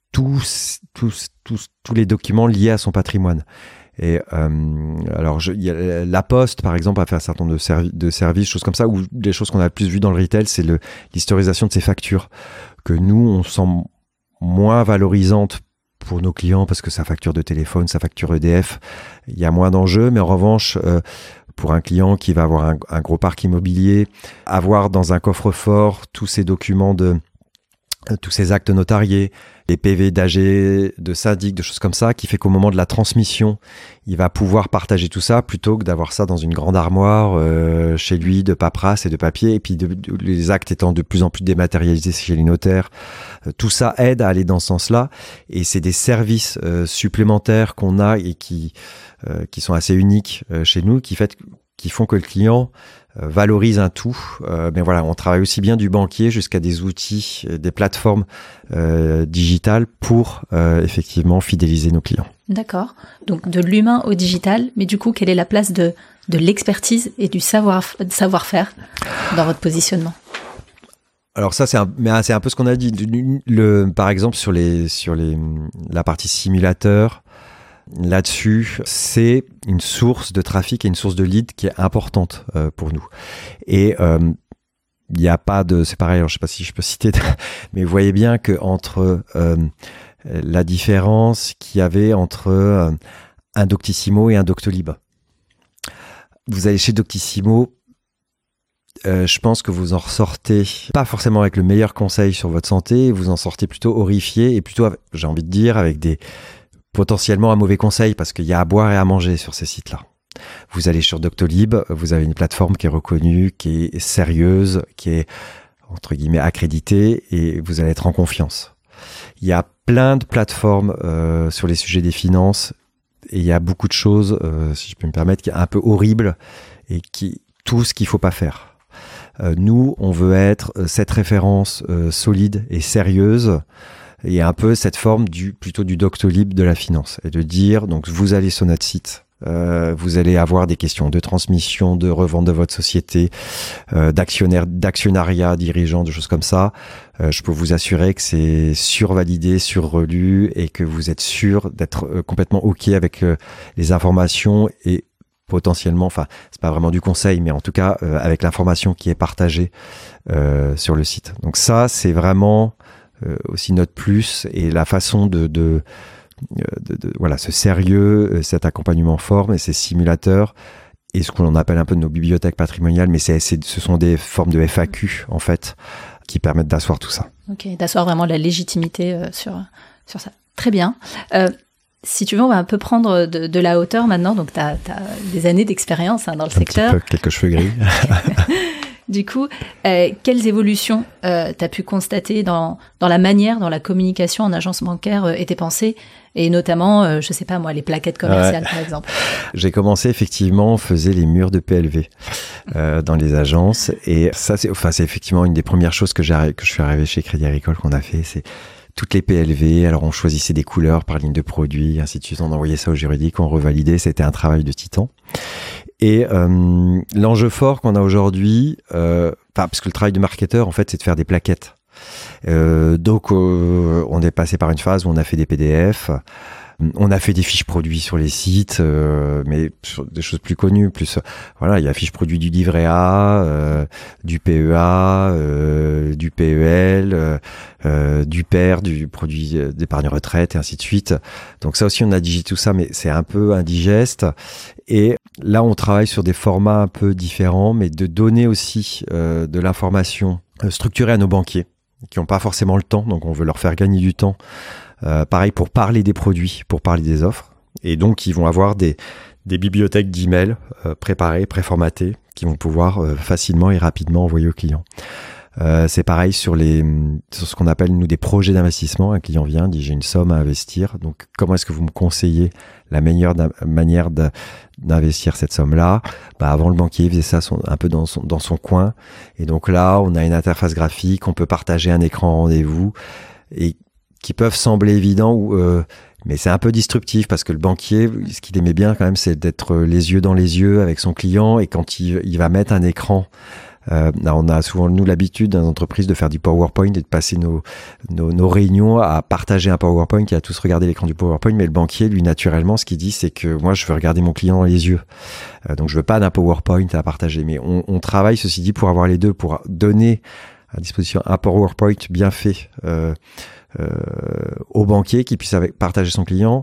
tous, tous, tous, tous les documents liés à son patrimoine. Et euh, alors, je, y a, la Poste, par exemple, a fait un certain nombre de, servi- de services, choses comme ça, ou des choses qu'on a le plus vues dans le retail, c'est le, l'historisation de ses factures, que nous, on sent moins valorisante pour nos clients, parce que sa facture de téléphone, sa facture E D F, il y a moins d'enjeux, mais en revanche, euh, pour un client qui va avoir un, un gros parc immobilier, avoir dans un coffre-fort tous ces documents de, euh, tous ces actes notariés, les P V d'A G, de syndic, de choses comme ça, qui fait qu'au moment de la transmission, il va pouvoir partager tout ça plutôt que d'avoir ça dans une grande armoire euh, chez lui de paperasse et de papier. Et puis de, de, les actes étant de plus en plus dématérialisés chez les notaires, euh, tout ça aide à aller dans ce sens-là. Et c'est des services euh, supplémentaires qu'on a et qui, euh, qui sont assez uniques euh, chez nous, qui, fait, qui font que le client euh, valorise un tout. Euh, mais voilà, on travaille aussi bien du banquier jusqu'à des outils, euh, des plateformes euh, digitales pour euh, effectivement fidéliser nos clients. D'accord. Donc de l'humain au digital, mais du coup, quelle est la place de, de l'expertise et du savoir, de savoir-faire dans votre positionnement ? Alors ça, c'est un, mais c'est un peu ce qu'on a dit. Le, par exemple, sur, les, sur les, la partie simulateur, là-dessus, c'est une source de trafic et une source de lead qui est importante euh, pour nous. Et euh, il n'y a pas de... C'est pareil, alors je ne sais pas si je peux citer, mais vous voyez bien qu'entre... Euh, la différence qu'il y avait entre euh, un Doctissimo et un Doctolib. Vous allez chez Doctissimo, euh, je pense que vous en ressortez pas forcément avec le meilleur conseil sur votre santé, vous en sortez plutôt horrifié et plutôt, j'ai envie de dire, avec des potentiellement un mauvais conseil parce qu'il y a à boire et à manger sur ces sites-là. Vous allez sur Doctolib, vous avez une plateforme qui est reconnue, qui est sérieuse, qui est entre guillemets accréditée et vous allez être en confiance. Il y a plein de plateformes euh, sur les sujets des finances et il y a beaucoup de choses, euh, si je peux me permettre, qui est un peu horribles et qui tout ce qu'il faut pas faire. Euh, nous, on veut être euh, cette référence euh, solide et sérieuse et un peu cette forme du plutôt du Doctolib de la finance et de dire donc vous allez sur notre site. Euh, vous allez avoir des questions de transmission, de revente de votre société, euh, d'actionnaire, d'actionnariat, dirigeant, de choses comme ça. Euh, je peux vous assurer que c'est survalidé, surrelu et que vous êtes sûr d'être euh, complètement OK avec euh, les informations et potentiellement, enfin, c'est pas vraiment du conseil, mais en tout cas euh, avec l'information qui est partagée euh, sur le site. Donc ça, c'est vraiment euh, aussi notre plus et la façon de... de De, de, voilà, ce sérieux, cet accompagnement fort et ces simulateurs et ce qu'on appelle un peu de nos bibliothèques patrimoniales, mais c'est, c'est, ce sont des formes de F A Q en fait qui permettent d'asseoir tout ça. Ok, d'asseoir vraiment la légitimité euh, sur, sur ça. Très bien. Euh, si tu veux, on va un peu prendre de, de la hauteur maintenant. Donc, tu as des années d'expérience hein, dans le un secteur. Petit peu, quelques cheveux gris. Du coup, euh, quelles évolutions euh, tu as pu constater dans, dans la manière dont la communication en agence bancaire euh, était pensée et notamment, euh, je sais pas moi, les plaquettes commerciales ouais. par exemple. J'ai commencé effectivement, on faisait les murs de P L V euh, dans les agences et ça, c'est, enfin, c'est effectivement une des premières choses que, j'ai, que je suis arrivé chez Crédit Agricole qu'on a fait, c'est toutes les P L V. Alors on choisissait des couleurs par ligne de produit, ainsi de suite. On envoyait ça au juridique, on revalidait. C'était un travail de titan. Et euh, l'enjeu fort qu'on a aujourd'hui, euh, parce que le travail de marketeur, en fait, c'est de faire des plaquettes. Euh, donc, euh, on est passé par une phase où on a fait des P D F, on a fait des fiches produits sur les sites, euh, mais sur des choses plus connues. Plus, voilà, il y a fiches produits du livret A, euh, du P E A, euh, du P E L, euh, du P E R, du produit d'épargne retraite, et ainsi de suite. Donc ça aussi, on a digité tout ça, mais c'est un peu indigeste. Et là, on travaille sur des formats un peu différents, mais de donner aussi euh, de l'information structurée à nos banquiers, qui n'ont pas forcément le temps, donc on veut leur faire gagner du temps. Euh, pareil pour parler des produits, pour parler des offres. Et donc, ils vont avoir des, des bibliothèques d'emails euh, préparées, préformatées, qui vont pouvoir euh, facilement et rapidement envoyer aux clients. Euh, c'est pareil sur, les, sur ce qu'on appelle, nous, des projets d'investissement. Un client vient, dit « j'ai une somme à investir, donc comment est-ce que vous me conseillez la meilleure manière de, d'investir cette somme-là » Bah, avant, le banquier faisait ça son, un peu dans son, dans son coin. Et donc là, on a une interface graphique, on peut partager un écran rendez-vous et qui peuvent sembler évidents, ou, euh, mais c'est un peu disruptif parce que le banquier, ce qu'il aimait bien quand même, c'est d'être les yeux dans les yeux avec son client et quand il, il va mettre un écran, euh, on a souvent nous l'habitude dans l'entreprise de faire du PowerPoint et de passer nos, nos, nos réunions à partager un PowerPoint et à tous regarder l'écran du PowerPoint, mais le banquier, lui, naturellement, ce qu'il dit, c'est que moi, je veux regarder mon client dans les yeux. Euh, donc, je veux pas d'un PowerPoint à partager, mais on, on travaille, ceci dit, pour avoir les deux, pour donner à disposition un PowerPoint bien fait, euh, Euh, au banquier qui puisse avec, partager son client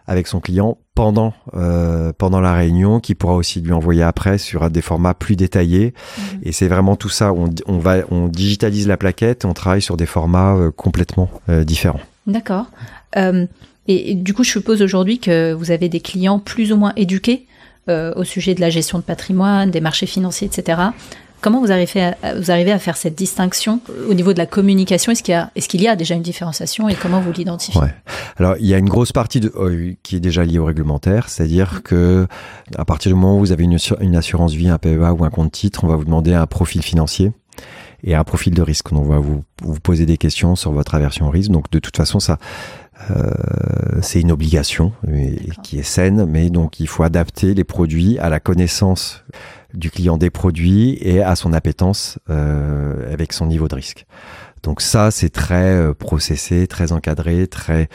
avec son client pendant euh, pendant la réunion, qui pourra aussi lui envoyer après sur des formats plus détaillés. Mmh. Et c'est vraiment tout ça. On, on va on digitalise la plaquette, on travaille sur des formats euh, complètement euh, différents. D'accord. Euh, et, et du coup, je suppose aujourd'hui que vous avez des clients plus ou moins éduqués euh, au sujet de la gestion de patrimoine, des marchés financiers, et cetera. Comment vous arrivez, à, vous arrivez à faire cette distinction au niveau de la communication? Est-ce qu'il y a, est-ce qu'il y a déjà une différenciation et comment vous l'identifiez? Ouais. Alors, il y a une grosse partie de, euh, qui est déjà liée au réglementaire, c'est-à-dire que à partir du moment où vous avez une, une assurance vie, un P E A ou un compte titre, on va vous demander un profil financier et un profil de risque. Donc, on va vous, vous poser des questions sur votre aversion au risque. Donc, de toute façon, ça, euh, c'est une obligation et, qui est saine, mais donc il faut adapter les produits à la connaissance du client des produits et à son appétence euh, avec son niveau de risque. Donc ça, c'est très euh, processé, très encadré, très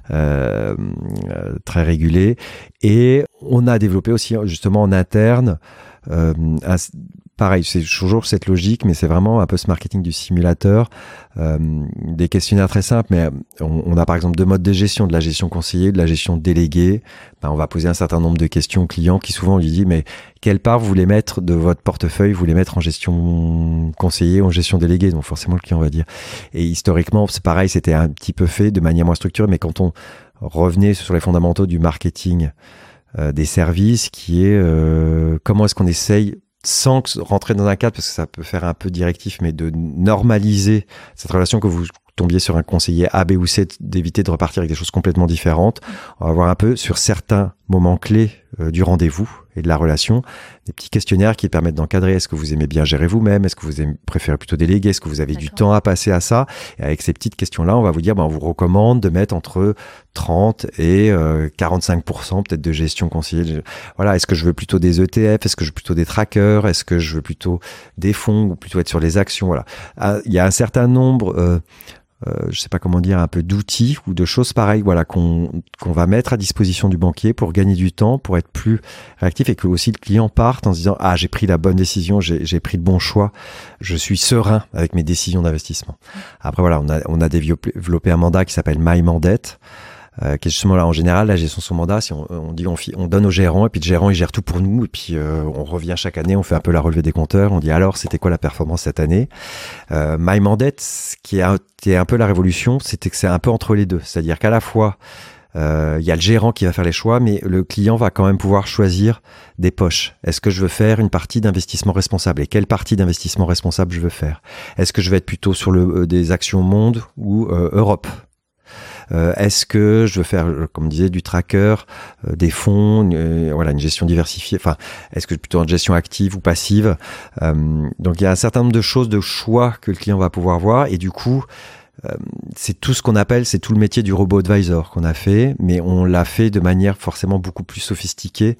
euh, très régulé. Et on a développé aussi justement en interne, euh, un, pareil, c'est toujours cette logique, mais c'est vraiment un peu ce marketing du simulateur, euh, des questionnaires très simples, mais on, on a par exemple deux modes de gestion, de la gestion conseillée, de la gestion déléguée. Ben, on va poser un certain nombre de questions aux clients qui souvent on lui dit, mais quelle part vous voulez mettre de votre portefeuille, vous voulez mettre en gestion conseillée ou en gestion déléguée? Donc forcément le client va dire. Et historiquement, c'est pareil, c'était un petit peu fait de manière moins structurée, mais quand on revenait sur les fondamentaux du marketing euh, des services, qui est euh, comment est-ce qu'on essaye, sans rentrer dans un cadre, parce que ça peut faire un peu directif, mais de normaliser cette relation, que vous tombiez sur un conseiller A, B ou C, d'éviter de repartir avec des choses complètement différentes. On va voir un peu sur certains moments clés euh, du rendez-vous et de la relation, des petits questionnaires qui permettent d'encadrer. Est-ce que vous aimez bien gérer vous-même? Est-ce que vous aimez, préférez plutôt déléguer? Est-ce que vous avez D'accord. du temps à passer à ça? Et avec ces petites questions-là, on va vous dire, ben, on vous recommande de mettre entre trente et euh, quarante-cinq pour cent peut-être de gestion conseillée. Voilà. Est-ce que je veux plutôt des E T F? Est-ce que je veux plutôt des trackers? Est-ce que je veux plutôt des fonds ou plutôt être sur les actions? Voilà. Ah, il y a un certain nombre, euh, Euh, je sais pas comment dire, un peu d'outils ou de choses pareilles, voilà, qu'on qu'on va mettre à disposition du banquier pour gagner du temps, pour être plus réactif, et que aussi le client parte en se disant, ah, j'ai pris la bonne décision, j'ai j'ai pris le bon choix, je suis serein avec mes décisions d'investissement. Après voilà, on a on a développé un mandat qui s'appelle My Mandate, Euh, qui est justement là en général la gestion de son mandat. Si on, on dit on, on donne au gérant, et puis le gérant il gère tout pour nous, et puis euh, on revient chaque année, on fait un peu la relevée des compteurs, on dit alors c'était quoi la performance cette année. euh, My Mandate, ce qui est, un, qui est un peu la révolution, c'était que c'est un peu entre les deux, c'est-à-dire qu'à la fois il euh, y a le gérant qui va faire les choix, mais le client va quand même pouvoir choisir des poches. Est-ce que je veux faire une partie d'investissement responsable? Et quelle partie d'investissement responsable je veux faire? Est-ce que je vais être plutôt sur le, euh, des actions monde ou euh, Europe? Euh, est-ce que je veux faire, comme on disait, du tracker, euh, des fonds, euh, voilà, une gestion diversifiée. Enfin, est-ce que plutôt une gestion active ou passive? euh, Donc, il y a un certain nombre de choses, de choix que le client va pouvoir voir. Et du coup, euh, c'est tout ce qu'on appelle, c'est tout le métier du robot advisor qu'on a fait, mais on l'a fait de manière forcément beaucoup plus sophistiquée.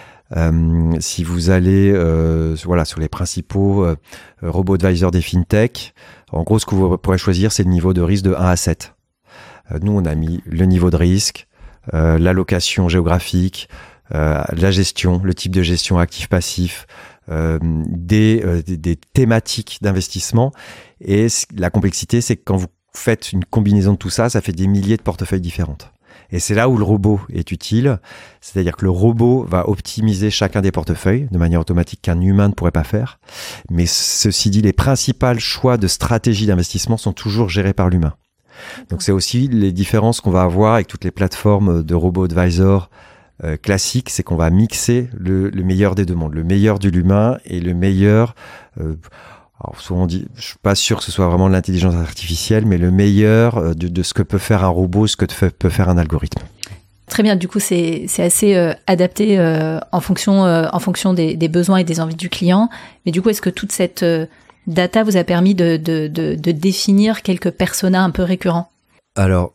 Euh, si vous allez, euh, voilà, sur les principaux euh, robots advisors des fintech, en gros, ce que vous pourrez choisir, c'est le niveau de risque de un à sept. Nous, on a mis le niveau de risque, euh, l'allocation géographique, euh, la gestion, le type de gestion actif-passif, euh, des, euh, des, des thématiques d'investissement. Et la complexité, c'est que quand vous faites une combinaison de tout ça, ça fait des milliers de portefeuilles différentes. Et c'est là où le robot est utile. C'est-à-dire que le robot va optimiser chacun des portefeuilles de manière automatique qu'un humain ne pourrait pas faire. Mais ceci dit, les principaux choix de stratégie d'investissement sont toujours gérés par l'humain. Donc c'est aussi les différences qu'on va avoir avec toutes les plateformes de robots advisor euh, classiques, c'est qu'on va mixer le, le meilleur des deux mondes, le meilleur de l'humain et le meilleur, euh, alors souvent on dit, je suis pas sûr que ce soit vraiment de l'intelligence artificielle, mais le meilleur de, de ce que peut faire un robot, ce que peut faire un algorithme. Très bien, du coup c'est c'est assez euh, adapté euh, en fonction euh, en fonction des, des besoins et des envies du client. Mais du coup, est-ce que toute cette euh, data vous a permis de, de, de, de définir quelques personas un peu récurrents? Alors,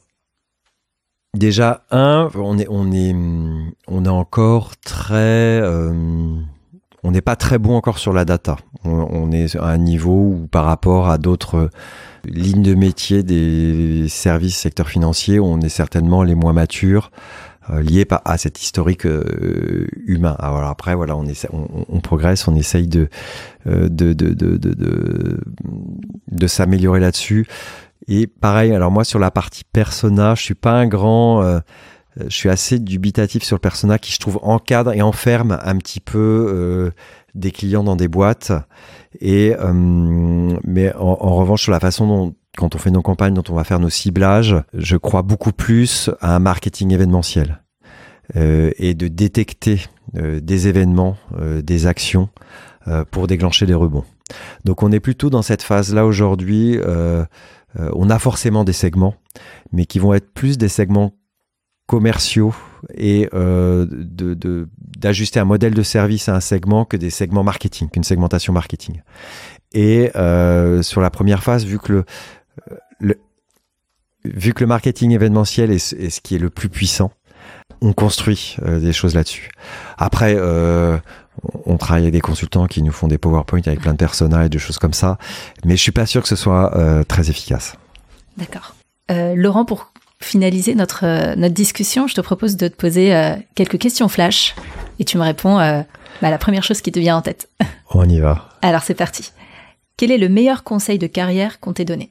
déjà, un, on est, on est, on est encore très, euh, on n'est pas très bon encore sur la data. On, on est à un niveau où, par rapport à d'autres lignes de métier des services secteur financier, on est certainement les moins matures, euh, liés à cet historique euh, humain. Alors après, voilà, on essaie, on, on progresse, on essaye de, euh, de, de, de, de, de, de s'améliorer là-dessus. Et pareil, alors moi sur la partie persona, je suis pas un grand, euh, je suis assez dubitatif sur le persona qui, je trouve, encadre et enferme un petit peu euh, des clients dans des boîtes. Et, euh, mais en, en revanche, sur la façon dont, quand on fait nos campagnes, dont on va faire nos ciblages, je crois beaucoup plus à un marketing événementiel euh, et de détecter euh, des événements, euh, des actions euh, pour déclencher des rebonds. Donc on est plutôt dans cette phase-là aujourd'hui. Euh, euh, on a forcément des segments, mais qui vont être plus des segments commerciaux et euh, de, de, d'ajuster un modèle de service à un segment que des segments marketing, qu'une segmentation marketing. Et euh, sur la première phase, vu que le, le, vu que le marketing événementiel est, est ce qui est le plus puissant, on construit euh, des choses là-dessus. Après, euh, on travaille avec des consultants qui nous font des PowerPoint avec plein de personas et de choses comme ça, mais je suis pas sûr que ce soit euh, très efficace. D'accord. Euh, Laurent, pour finaliser notre, euh, notre discussion, je te propose de te poser euh, quelques questions flash et tu me réponds euh, bah, la première chose qui te vient en tête. On y va. Alors c'est parti. Quel est le meilleur conseil de carrière qu'on t'ait donné ?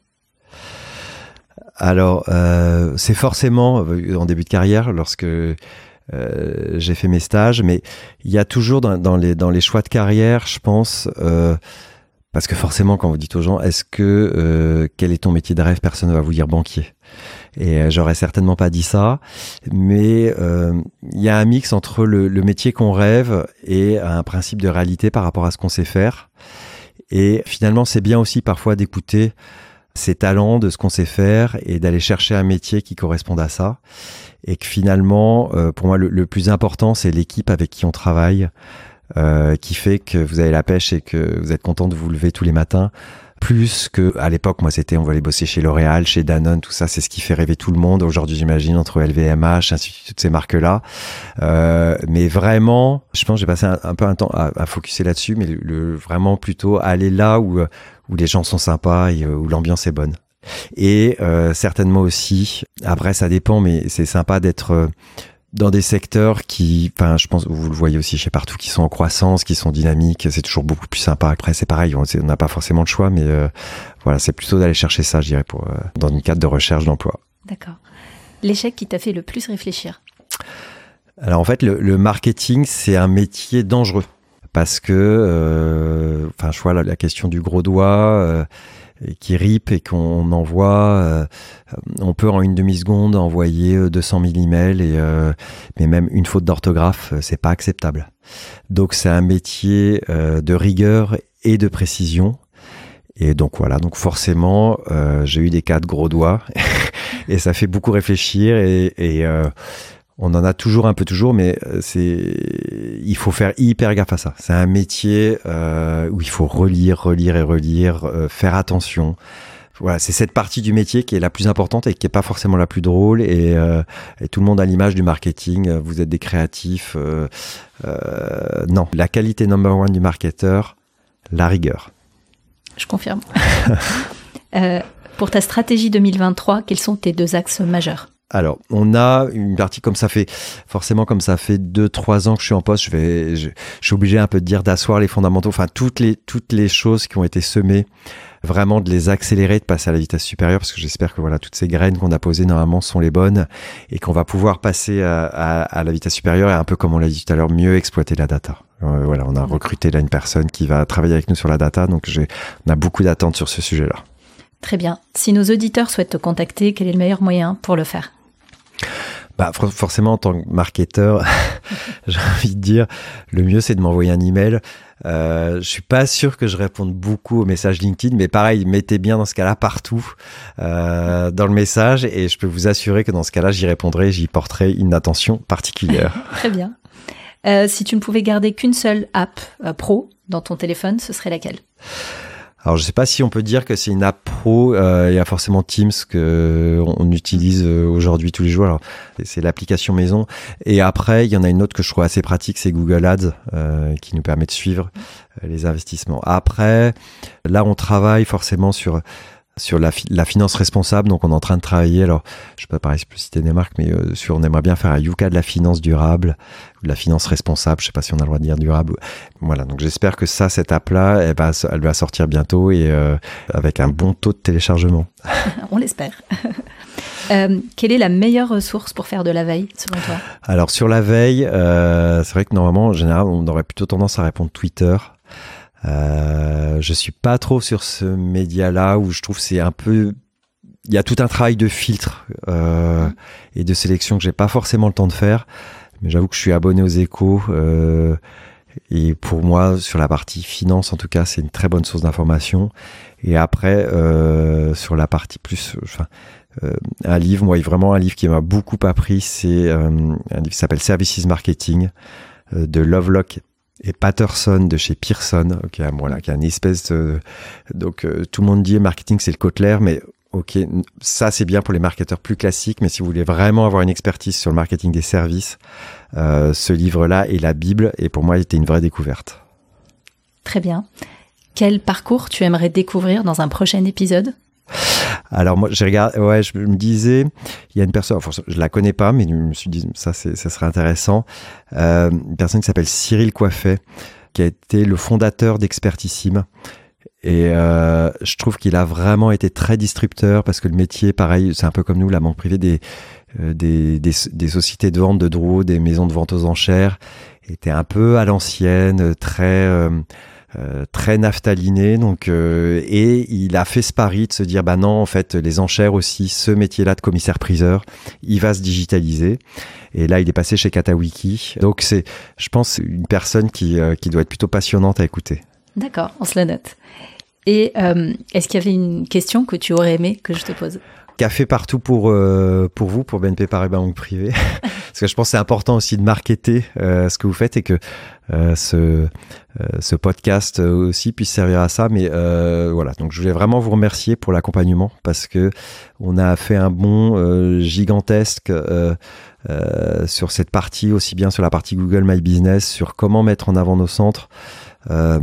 Alors, euh, c'est forcément en début de carrière, lorsque euh, j'ai fait mes stages, mais il y a toujours dans, dans, les, dans les choix de carrière, je pense, euh, parce que forcément, quand vous dites aux gens, est-ce que euh, quel est ton métier de rêve, personne ne va vous dire banquier. Et euh, j'aurais certainement pas dit ça, mais euh, il y a un mix entre le, le métier qu'on rêve et un principe de réalité par rapport à ce qu'on sait faire. Et finalement, c'est bien aussi parfois d'écouter ses talents, de ce qu'on sait faire et d'aller chercher un métier qui corresponde à ça. Et que finalement, euh, pour moi, le, le plus important, c'est l'équipe avec qui on travaille, euh, qui fait que vous avez la pêche et que vous êtes content de vous lever tous les matins. Plus que, à l'époque, moi, c'était, on va aller bosser chez L'Oréal, chez Danone, tout ça, c'est ce qui fait rêver tout le monde. Aujourd'hui, j'imagine, entre L V M H, ainsi de suite, toutes ces marques-là. Euh, mais vraiment, je pense que j'ai passé un, un peu un temps à, à focuser là-dessus, mais le, le, vraiment plutôt aller là où, où les gens sont sympas et où l'ambiance est bonne. Et euh, certainement aussi, après, ça dépend, mais c'est sympa d'être euh, dans des secteurs qui, enfin, je pense, vous le voyez aussi chez Partout, qui sont en croissance, qui sont dynamiques, c'est toujours beaucoup plus sympa. Après, c'est pareil, on n'a pas forcément le choix, mais euh, voilà, c'est plutôt d'aller chercher ça, je dirais, pour, euh, dans une cadre de recherche d'emploi. D'accord. L'échec qui t'a fait le plus réfléchir ? Alors, en fait, le, le marketing, c'est un métier dangereux parce que, euh, enfin, je vois la, la question du gros doigt, euh, qui rip et qu'on envoie, euh, on peut en une demi-seconde envoyer deux cent mille emails, et, euh, mais même une faute d'orthographe, c'est pas acceptable. Donc c'est un métier euh, de rigueur et de précision. Et donc voilà, donc forcément, euh, j'ai eu des cas de gros doigts et ça fait beaucoup réfléchir et, et euh, on en a toujours un peu toujours, mais c'est, il faut faire hyper gaffe à ça. C'est un métier euh, où il faut relire, relire et relire, euh, faire attention. Voilà, c'est cette partie du métier qui est la plus importante et qui est pas forcément la plus drôle. Et, euh, et tout le monde a l'image du marketing. Vous êtes des créatifs. Euh, euh, non, la qualité number one du marketeur, la rigueur. Je confirme. euh, pour ta stratégie deux mille vingt-trois, quels sont tes deux axes majeurs ? Alors, on a une partie comme ça fait, forcément comme ça fait deux, trois ans que je suis en poste, je vais, je, je suis obligé un peu de dire d'asseoir les fondamentaux, enfin toutes les, toutes les choses qui ont été semées, vraiment de les accélérer, de passer à la vitesse supérieure, parce que j'espère que voilà, toutes ces graines qu'on a posées normalement sont les bonnes et qu'on va pouvoir passer à, à, à la vitesse supérieure et un peu comme on l'a dit tout à l'heure, mieux exploiter la data. Euh, voilà, on a recruté là une personne qui va travailler avec nous sur la data, donc j'ai, on a beaucoup d'attentes sur ce sujet-là. Très bien. Si nos auditeurs souhaitent te contacter, quel est le meilleur moyen pour le faire ? Bah, forcément, en tant que marketeur, j'ai envie de dire, le mieux, c'est de m'envoyer un email. Euh, je suis pas sûr que je réponde beaucoup aux messages LinkedIn, mais pareil, mettez bien dans ce cas-là partout euh, dans le message et je peux vous assurer que dans ce cas-là, j'y répondrai, j'y porterai une attention particulière. Très bien. Euh, si tu ne pouvais garder qu'une seule app euh, pro dans ton téléphone, ce serait laquelle ? Alors, je sais pas si on peut dire que c'est une app pro. Euh, il y a forcément Teams que on utilise aujourd'hui tous les jours. Alors, c'est l'application maison. Et après, il y en a une autre que je trouve assez pratique, c'est Google Ads, euh, qui nous permet de suivre les investissements. Après, là, on travaille forcément sur sur la, fi- la finance responsable. Donc, on est en train de travailler. Alors, je peux pas pareil, je peux citer des marques, mais euh, sur, on aimerait bien faire un Yuka de la finance durable ou de la finance responsable. Je sais pas si on a le droit de dire durable. Voilà. Donc, j'espère que ça, cette app-là, elle va, elle va sortir bientôt et euh, avec un bon taux de téléchargement. On l'espère. Euh, quelle est la meilleure ressource pour faire de la veille, selon toi ? Alors, sur la veille, euh, c'est vrai que normalement, en général, on aurait plutôt tendance à répondre Twitter. Euh, je suis pas trop sur ce média-là où je trouve que c'est un peu... Il y a tout un travail de filtre euh, mmh. et de sélection que j'ai pas forcément le temps de faire. Mais j'avoue que je suis abonné aux Échos. Euh, et pour moi, sur la partie finance, en tout cas, c'est une très bonne source d'information. Et après, euh, sur la partie plus... Enfin, euh, un livre, moi, vraiment un livre qui m'a beaucoup appris, c'est euh, un livre qui s'appelle Services Marketing euh, de Lovelock et Patterson de chez Pearson. Okay, voilà, qui a une espèce de... Donc, euh, tout le monde dit marketing, c'est le Kotler, mais... Ok, ça c'est bien pour les marketeurs plus classiques, mais si vous voulez vraiment avoir une expertise sur le marketing des services, euh, ce livre-là est la Bible et pour moi, il était une vraie découverte. Très bien. Quel parcours tu aimerais découvrir dans un prochain épisode ? Alors moi, j'ai regardé, ouais, je me disais, il y a une personne, enfin, je la connais pas, mais je me suis dit, ça, c'est, ça serait intéressant. Euh, une personne qui s'appelle Cyril Coiffet, qui a été le fondateur d'Expertissime. Et euh, je trouve qu'il a vraiment été très disrupteur parce que le métier, pareil, c'est un peu comme nous, la banque privée des, euh, des, des, des sociétés de vente de draws, des maisons de vente aux enchères, était un peu à l'ancienne, très euh, euh, très naphthaliné. Donc, euh, et il a fait ce pari de se dire, bah non, en fait, les enchères aussi, ce métier-là de commissaire-priseur, il va se digitaliser. Et là, il est passé chez Katawiki. Donc, c'est, je pense, une personne qui, euh, qui doit être plutôt passionnante à écouter. D'accord, on se la note. Et euh, est-ce qu'il y avait une question que tu aurais aimé que je te pose ? Café partout pour, euh, pour vous, pour B N P Paribas Banque Privée. Parce que je pense que c'est important aussi de marketer euh, ce que vous faites et que euh, ce, euh, ce podcast aussi puisse servir à ça. Mais euh, voilà, donc je voulais vraiment vous remercier pour l'accompagnement parce que on a fait un bond euh, gigantesque euh, euh, sur cette partie, aussi bien sur la partie Google My Business, sur comment mettre en avant nos centres. Euh,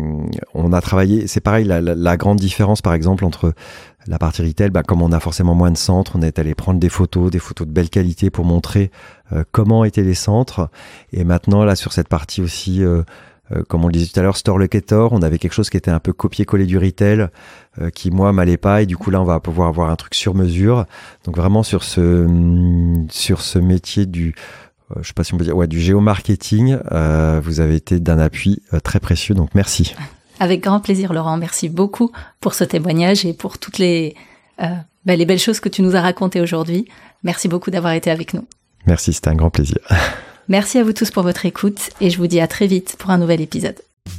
on a travaillé, c'est pareil, la, la, la grande différence par exemple entre la partie retail, bah, comme on a forcément moins de centres, on est allé prendre des photos, des photos de belle qualité pour montrer euh, comment étaient les centres. Et maintenant là sur cette partie aussi, euh, euh, comme on le disait tout à l'heure, Store Locator, on avait quelque chose qui était un peu copié-collé du retail, euh, qui moi m'allait pas, et du coup là on va pouvoir avoir un truc sur mesure. Donc vraiment sur ce sur ce métier du je ne sais pas si on peut dire, ouais, du géomarketing, euh, vous avez été d'un appui euh, très précieux, donc merci. Avec grand plaisir, Laurent. Merci beaucoup pour ce témoignage et pour toutes les, euh, bah, les belles choses que tu nous as racontées aujourd'hui. Merci beaucoup d'avoir été avec nous. Merci, c'était un grand plaisir. Merci à vous tous pour votre écoute et je vous dis à très vite pour un nouvel épisode.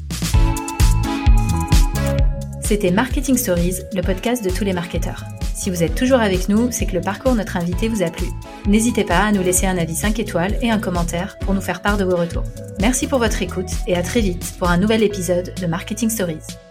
C'était Marketing Stories, le podcast de tous les marketeurs. Si vous êtes toujours avec nous, c'est que le parcours de notre invité vous a plu. N'hésitez pas à nous laisser un avis cinq étoiles et un commentaire pour nous faire part de vos retours. Merci pour votre écoute et à très vite pour un nouvel épisode de Marketing Stories.